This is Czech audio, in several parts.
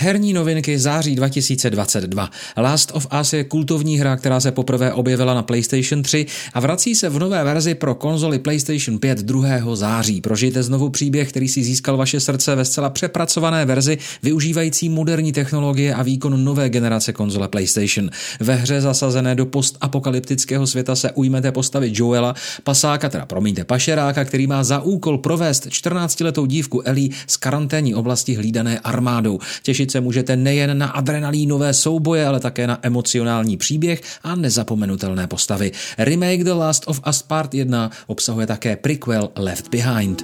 Herní novinky září 2022. Last of Us je kultovní hra, která se poprvé objevila na PlayStation 3 a vrací se v nové verzi pro konzoli PlayStation 5 2. září. Prožijte znovu příběh, který si získal vaše srdce ve zcela přepracované verzi, využívající moderní technologie a výkon nové generace konzole PlayStation. Ve hře zasazené do postapokalyptického světa se ujmete postavy Joela, pašeráka, který má za úkol provést 14letou dívku Ellie z karanténní oblasti hlídané armádou. Těšit se můžete nejen na adrenalínové souboje, ale také na emocionální příběh a nezapomenutelné postavy. Remake The Last of Us Part 1 obsahuje také prequel Left Behind.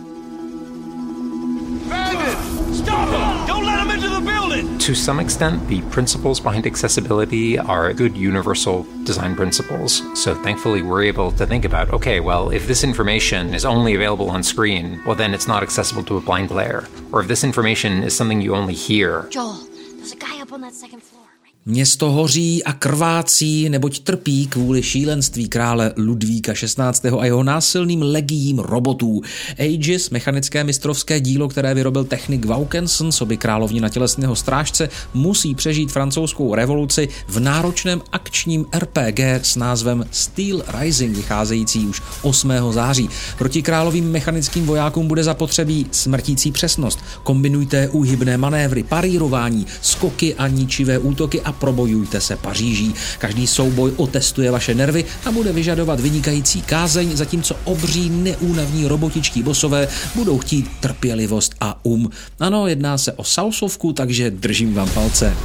To some extent, the principles behind accessibility are good universal design principles. So thankfully we're able to think about, okay, well, if this information is only available on screen, well then it's not accessible to a blind player. Or if this information is something you only hear. Joel, there's a guy up on that second floor. Město hoří a krvácí, neboť trpí kvůli šílenství krále Ludvíka XVI. A jeho násilným legiím robotů. Aegis, mechanické mistrovské dílo, které vyrobil technik Vaucanson, coby královnina tělesného strážce, musí přežít francouzskou revoluci v náročném akčním RPG s názvem Steel Rising, vycházející už 8. září. Proti královým mechanickým vojákům bude zapotřebí smrtící přesnost. Kombinujte úhybné manévry, parírování, skoky a ničivé útoky a probojujte se Paříží. Každý souboj otestuje vaše nervy a bude vyžadovat vynikající kázeň, zatímco obří neúnavní robotičtí bosové budou chtít trpělivost a Ano, jedná se o salsovku, takže držím vám palce.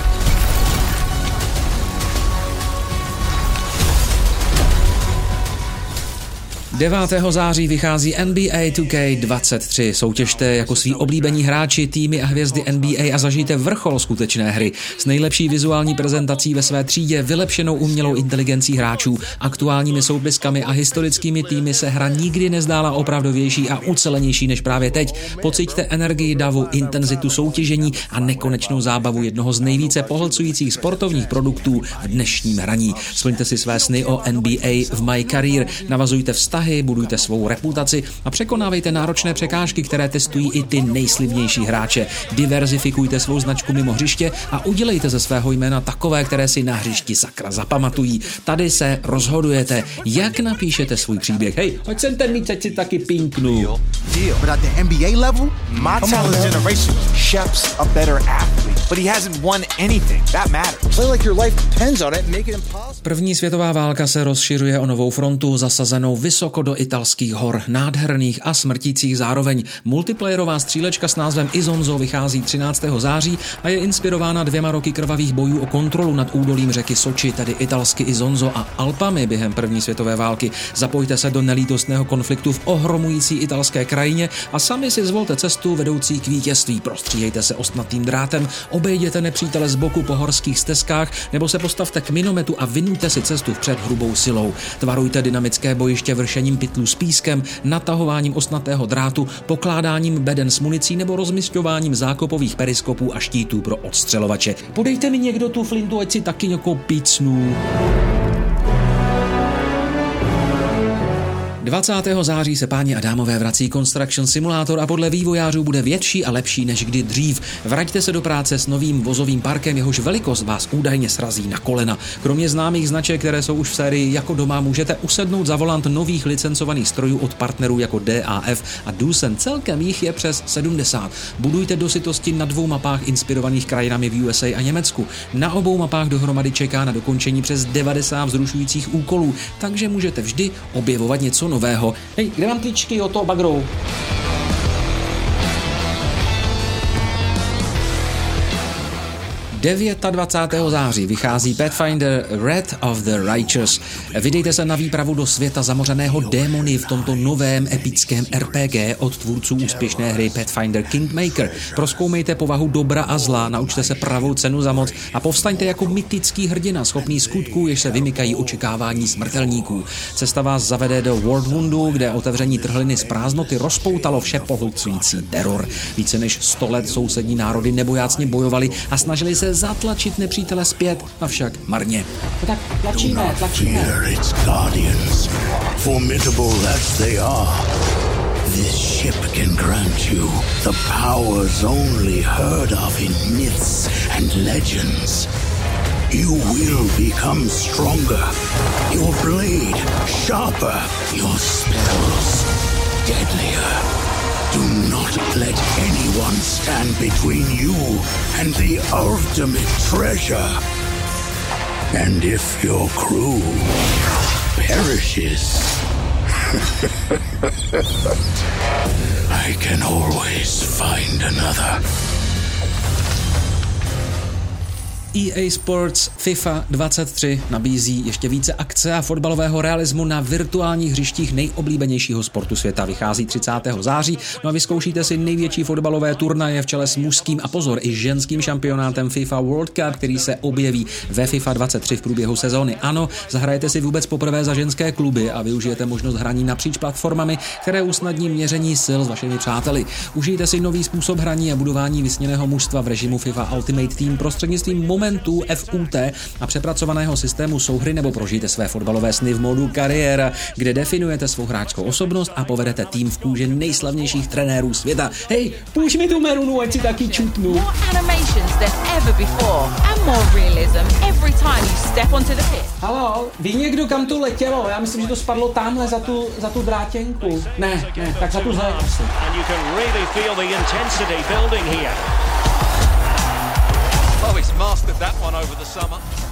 9. září vychází NBA 2K23. Soutěžte jako svý oblíbení hráči, týmy a hvězdy NBA a zažijte vrchol skutečné hry. S nejlepší vizuální prezentací ve své třídě, vylepšenou umělou inteligencí hráčů, aktuálními soupiskami a historickými týmy se hra nikdy nezdála opravdovější a ucelenější než právě teď. Pociťte energii davu, intenzitu soutěžení a nekonečnou zábavu jednoho z nejvíce pohlcujících sportovních produktů v dnešním hraní. Splňte si své sny o NBA v My Career, navazujte vztahy, budujte svou reputaci a překonávejte náročné překážky, které testují i ty nejslibnější hráče. Diverzifikujte svou značku mimo hřiště a udělejte ze svého jména takové, které si na hřišti sakra zapamatují. Tady se rozhodujete, jak napíšete svůj příběh. Hej, pojď sem ten mít, ať si taky pinknu. But at the NBA level, my talent generation, Shep's a better athlete, but he hasn't won anything. That matters. Play like your life depends on it, make it impossible. První světová válka se rozšiřuje o novou frontu, zasazenou vysoko do italských hor, nádherných a smrtících zároveň. Multiplayerová střílečka s názvem Isonzo vychází 13. září a je inspirována 2 roky krvavých bojů o kontrolu nad údolím řeky Soči, tedy italsky Isonzo a Alpami během první světové války. Zapojte se do nelítostného konfliktu v ohromující italské krajině a sami si zvolte cestu vedoucí k vítězství. Prostříhejte se ostnatým drátem, obejděte nepřítele z boku po horských stezkách nebo se postavte k minometu a vynuťte si cestu vpřed hrubou silou. Tvarujte dynamické bojiště vršením pytlů s pískem, natahováním ostnatého drátu, pokládáním beden s municí nebo rozmisťováním zákopových periskopů a štítů pro odstřelovače. Podejte mi někdo tu flintu, ať si taky někoho pícnu. 20. září se, páni a dámové, vrací Construction Simulator a podle vývojářů bude větší a lepší než kdy dřív. Vraťte se do práce s novým vozovým parkem, jehož velikost vás údajně srazí na kolena. Kromě známých značek, které jsou už v sérii jako doma, můžete usednout za volant nových licencovaných strojů od partnerů jako DAF a Doosan. Celkem jich je přes 70. Budujte do sytosti na 2 mapách inspirovaných krajinami v USA a Německu. Na obou mapách dohromady čeká na dokončení přes 90 vzrušujících úkolů, takže můžete vždy objevovat něco nového. Hej, kde mám klíčky od toho bagru? 29. září vychází Pathfinder Wrath of the Righteous. Vydejte se na výpravu do světa zamořeného démony v tomto novém epickém RPG od tvůrců úspěšné hry Pathfinder Kingmaker. Prozkoumejte povahu dobra a zla, naučte se pravou cenu za moc a povstaňte jako mytický hrdina, schopný skutků, jež se vymykají očekávání smrtelníků. Cesta vás zavede do Worldwoundu, kde otevření trhliny z prázdnoty rozpoutalo vše pohlcující teror. Více než 100 let sousední národy nebojácně bojovali a snažili se zatlačit nepřítele zpět, avšak marně. No tak tlačíme. Formidable as they are, This ship can grant you the powers only heard of in myths and legends. You will become stronger, your blade sharper, your spells deadlier. Do not let anyone stand between you and the ultimate treasure. And if your crew perishes, I can always find another. EA Sports FIFA 23 nabízí ještě více akce a fotbalového realismu na virtuálních hřištích nejoblíbenějšího sportu světa. Vychází 30. září, no a vyzkoušíte si největší fotbalové turnaje v čele s mužským a pozor i ženským šampionátem FIFA World Cup, který se objeví ve FIFA 23 v průběhu sezóny. Ano, zahrajete si vůbec poprvé za ženské kluby a využijete možnost hraní napříč platformami, které usnadní měření sil s vašimi přáteli. Užijte si nový způsob hraní a budování vysněného mužstva v režimu FIFA Ultimate Team prostřednictvím momentů FUT a přepracovaného systému souhry, nebo prožijte své fotbalové sny v modu kariéra, kde definujete svou hráčskou osobnost a povedete tým v kůži nejslavnějších trenérů světa. Hej, půjč mi tu merunu, ať si taky čutnu. More animations than ever before and more realism every time you step onto the pitch. Haló, ví někdo, kam to letělo? Já myslím, že to spadlo tamhle za tu drátěnku. Ne, tak za tu zeď. And you can really feel the intensity building here. Oh, he's mastered that one over the summer.